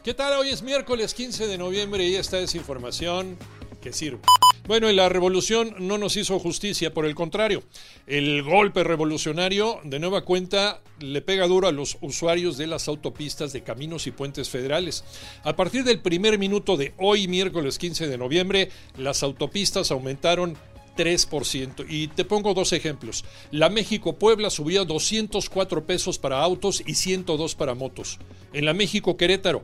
¿Qué tal? Hoy es miércoles 15 de noviembre y esta es información que sirve. Bueno, y la revolución no nos hizo justicia, por el contrario. El golpe revolucionario, de nueva cuenta, le pega duro a los usuarios de las autopistas de caminos y puentes federales. A partir del primer minuto de hoy, miércoles 15 de noviembre, las autopistas aumentaron 3%. Y te pongo dos ejemplos. La México-Puebla subió 204 pesos para autos y 102 para motos. En la México-Querétaro,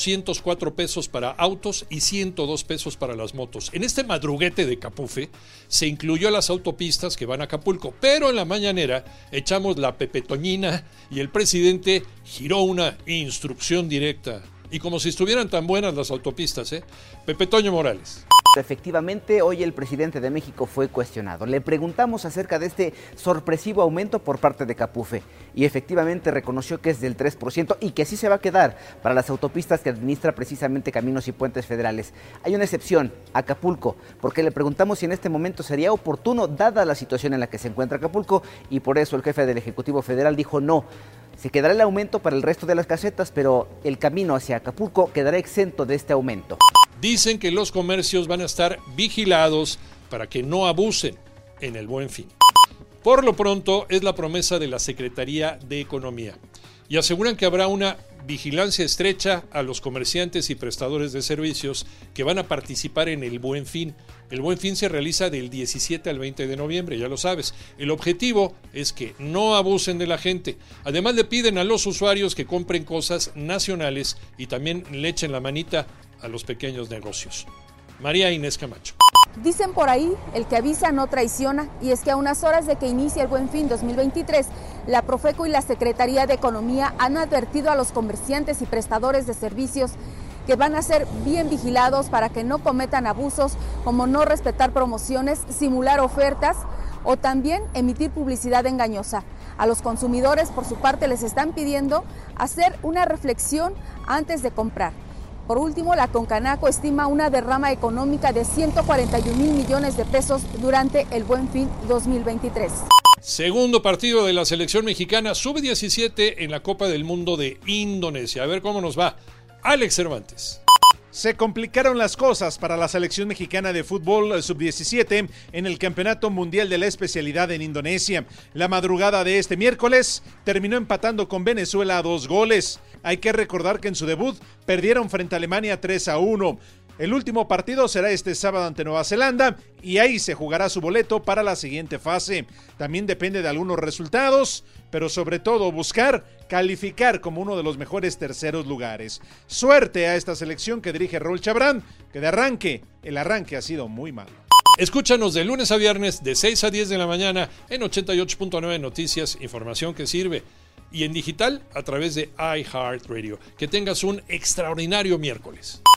204 pesos para autos y 102 pesos para las motos. En este madruguete de Capufe se incluyó las autopistas que van a Acapulco, pero en la mañanera echamos la pepetoñina y el presidente giró una instrucción directa. Y como si estuvieran tan buenas las autopistas, Pepe Toño Morales. Efectivamente, hoy el presidente de México fue cuestionado. Le preguntamos acerca de este sorpresivo aumento por parte de Capufe y efectivamente reconoció que es del 3% y que sí se va a quedar para las autopistas que administra precisamente Caminos y Puentes Federales. Hay una excepción, Acapulco, porque le preguntamos si en este momento sería oportuno dada la situación en la que se encuentra Acapulco y por eso el jefe del Ejecutivo Federal dijo no. Se quedará el aumento para el resto de las casetas, pero el camino hacia Acapulco quedará exento de este aumento. Dicen que los comercios van a estar vigilados para que no abusen en el Buen Fin. Por lo pronto es la promesa de la Secretaría de Economía y aseguran que habrá una vigilancia estrecha a los comerciantes y prestadores de servicios que van a participar en el Buen Fin. El Buen Fin se realiza del 17 al 20 de noviembre, ya lo sabes. El objetivo es que no abusen de la gente. Además le piden a los usuarios que compren cosas nacionales y también le echen la manita a los pequeños negocios. María Inés Camacho. Dicen por ahí, el que avisa no traiciona, y es que a unas horas de que inicie el Buen Fin 2023, la Profeco y la Secretaría de Economía han advertido a los comerciantes y prestadores de servicios que van a ser bien vigilados para que no cometan abusos como no respetar promociones, simular ofertas o también emitir publicidad engañosa. A los consumidores, por su parte, les están pidiendo hacer una reflexión antes de comprar. Por último, la Concanaco estima una derrama económica de 141,000 millones de pesos durante el Buen Fin 2023. Segundo partido de la selección mexicana sub-17 en la Copa del Mundo de Indonesia. A ver cómo nos va. Alex Cervantes. Se complicaron las cosas para la selección mexicana de fútbol sub-17 en el Campeonato Mundial de la Especialidad en Indonesia. La madrugada de este miércoles terminó empatando con Venezuela a 2 goles. Hay que recordar que en su debut perdieron frente a Alemania 3-1. El último partido será este sábado ante Nueva Zelanda y ahí se jugará su boleto para la siguiente fase. También depende de algunos resultados, pero sobre todo buscar calificar como uno de los mejores terceros lugares. Suerte a esta selección que dirige Raúl Chabrán, que de arranque, el arranque ha sido muy malo. Escúchanos de lunes a viernes de 6 a 10 de la mañana en 88.9 Noticias, información que sirve. Y en digital a través de iHeartRadio. Que tengas un extraordinario miércoles.